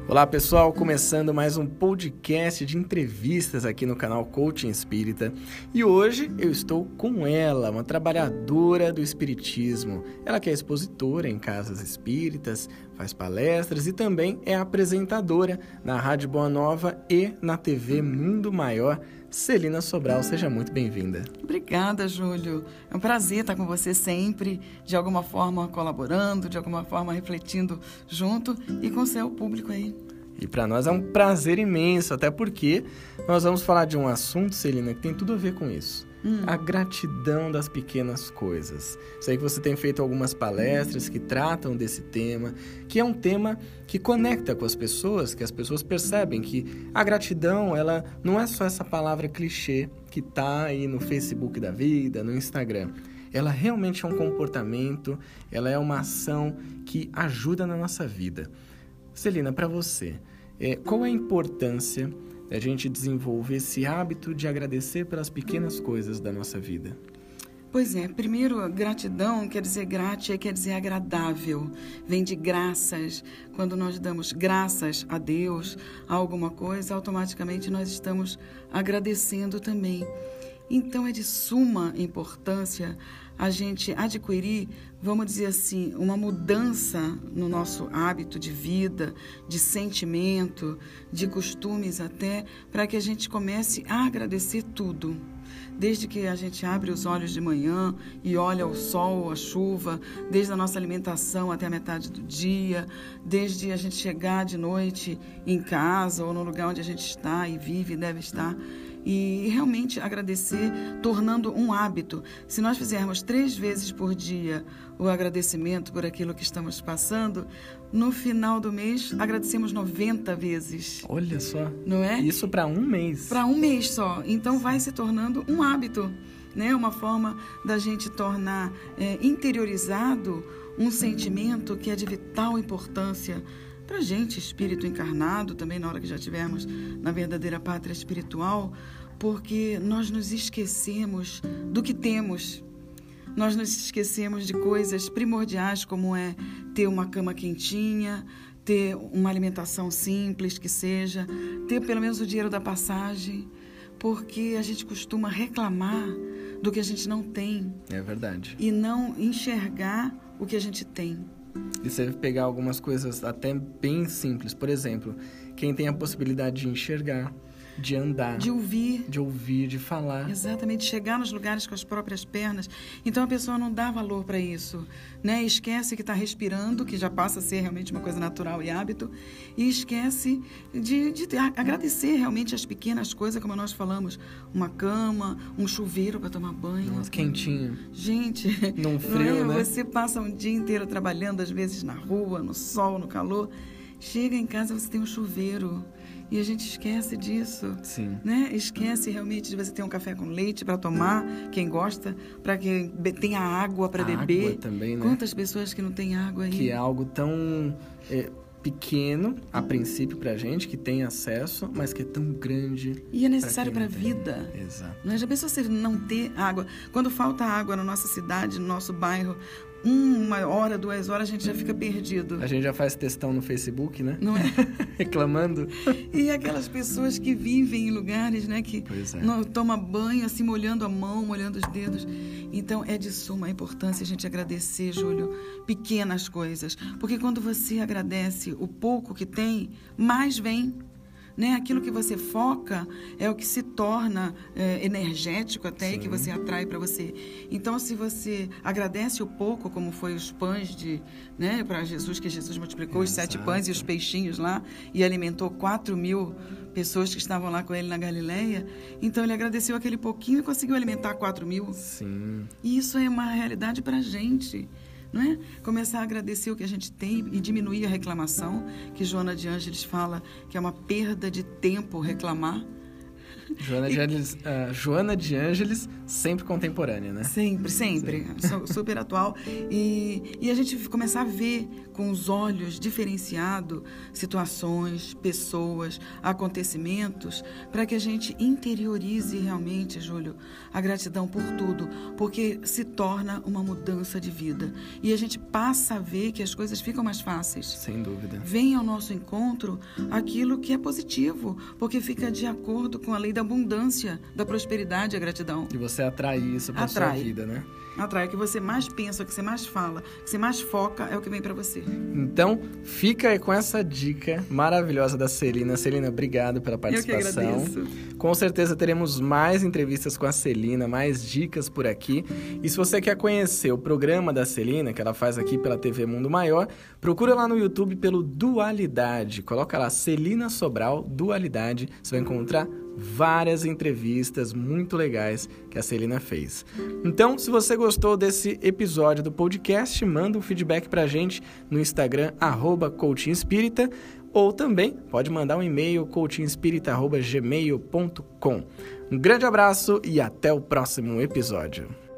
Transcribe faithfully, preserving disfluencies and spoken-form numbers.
Olá pessoal, começando mais um podcast de entrevistas aqui no canal Coaching Espírita. E hoje eu estou com ela, uma trabalhadora do espiritismo. Ela que é expositora em casas espíritas, faz palestras e também é apresentadora na Rádio Boa Nova e na T V Mundo Maior. Celina Sobral, seja muito bem-vinda. Obrigada, Júlio. É um prazer estar com você sempre, de alguma forma colaborando, de alguma forma refletindo junto e com o seu público aí. E para nós é um prazer imenso, até porque nós vamos falar de um assunto, Celina, que tem tudo a ver com isso. Hum. A gratidão das pequenas coisas. Sei que você tem feito algumas palestras que tratam desse tema, que é um tema que conecta com as pessoas, que as pessoas percebem que a gratidão, ela não é só essa palavra clichê que está aí no Facebook da vida, no Instagram. Ela realmente é um comportamento, ela é uma ação que ajuda na nossa vida. Celina, para você, é, qual é a importância da gente desenvolver esse hábito de agradecer pelas pequenas coisas da nossa vida? Pois é, primeiro, gratidão quer dizer gratia, quer dizer agradável, vem de graças. Quando nós damos graças a Deus, a alguma coisa, automaticamente nós estamos agradecendo também. Então, é de suma importância a gente adquirir, vamos dizer assim, uma mudança no nosso hábito de vida, de sentimento, de costumes até, para que a gente comece a agradecer tudo. Desde que a gente abre os olhos de manhã e olha o sol, a chuva, desde a nossa alimentação até a metade do dia, desde a gente chegar de noite em casa ou no lugar onde a gente está e vive e deve estar, e realmente agradecer, tornando um hábito. Se nós fizermos três vezes por dia o agradecimento por aquilo que estamos passando, no final do mês agradecemos noventa vezes. Olha só, não é? Isso para um mês. Para um mês só. Então vai se tornando um hábito, né? Uma forma da gente tornar é, interiorizado um sentimento que é de vital importância para a gente, espírito encarnado, também na hora que já estivermos na verdadeira pátria espiritual, porque nós nos esquecemos do que temos. Nós nos esquecemos de coisas primordiais, como é ter uma cama quentinha, ter uma alimentação simples que seja, ter pelo menos o dinheiro da passagem, porque a gente costuma reclamar do que a gente não tem. É verdade. E não enxergar o que a gente tem. E você pegar algumas coisas até bem simples. Por exemplo, quem tem a possibilidade de enxergar, de andar, de ouvir, de ouvir, de falar. Exatamente, chegar nos lugares com as próprias pernas. Então a pessoa não dá valor para isso, né? Esquece que está respirando, que já passa a ser realmente uma coisa natural e hábito, e esquece de, de agradecer realmente as pequenas coisas, como nós falamos, uma cama, um chuveiro para tomar banho. Nossa, quentinho. Gente, num frio, não é? né? Você passa um dia inteiro trabalhando, às vezes na rua, no sol, no calor. Chega em casa, você tem um chuveiro. E a gente esquece disso. Sim. Né? Esquece realmente de você ter um café com leite para tomar, quem gosta, para quem tenha água para beber. Água também, né? Quantas pessoas que não têm água aí? Que é algo tão é, pequeno, a princípio, pra gente, que tem acesso, mas que é tão grande. E é necessário para a tem. vida. Exato. Não é? Já pensou você não ter água? Quando falta água na nossa cidade, no nosso bairro, uma hora, duas horas, a gente já fica perdido. A gente já faz textão no Facebook, né? Não é? Reclamando. E aquelas pessoas que vivem em lugares, né, que é. não toma banho, assim, molhando a mão, molhando os dedos. Então, é de suma importância a gente agradecer, Júlio, pequenas coisas. Porque quando você agradece o pouco que tem, mais vem. Né? Aquilo que você foca é o que se torna é, energético até, e que você atrai para você. Então, se você agradece o pouco, como foi os pães de, né, para Jesus, que Jesus multiplicou os sete pães e os peixinhos lá e alimentou quatro mil pessoas que estavam lá com ele na Galileia, então ele agradeceu aquele pouquinho e conseguiu alimentar quatro mil. Sim. E isso é uma realidade para a gente. Não é? Começar a agradecer o que a gente tem e diminuir a reclamação, que Joana de Ângeles fala que é uma perda de tempo reclamar. Joana de Ângeles, uh, Joana de Ângeles, sempre contemporânea, né? Sempre, sempre. Super atual. E, e a gente começar a ver com os olhos diferenciados situações, pessoas, acontecimentos, para que a gente interiorize realmente, Júlio, a gratidão por tudo, porque se torna uma mudança de vida. E a gente passa a ver que as coisas ficam mais fáceis. Sem dúvida. Vem ao nosso encontro aquilo que é positivo, porque fica de acordo com a lei da abundância, da prosperidade e a gratidão. E você atrai isso para sua vida, né? Atrai. O que você mais pensa, o que você mais fala, o que você mais foca é o que vem para você. Então, fica aí com essa dica maravilhosa da Celina. Celina, obrigado pela participação. Eu que agradeço. Com certeza teremos mais entrevistas com a Celina, mais dicas por aqui. E se você quer conhecer o programa da Celina, que ela faz aqui pela T V Mundo Maior, procura lá no YouTube pelo Dualidade. Coloca lá Celina Sobral, Dualidade. Você vai encontrar várias entrevistas muito legais que a Celina fez. Então, se você gostou desse episódio do podcast, manda um feedback pra gente no Instagram, arroba coaching espírita, ou também pode mandar um e-mail, coaching espírita arroba gmail ponto com. Um grande abraço e até o próximo episódio.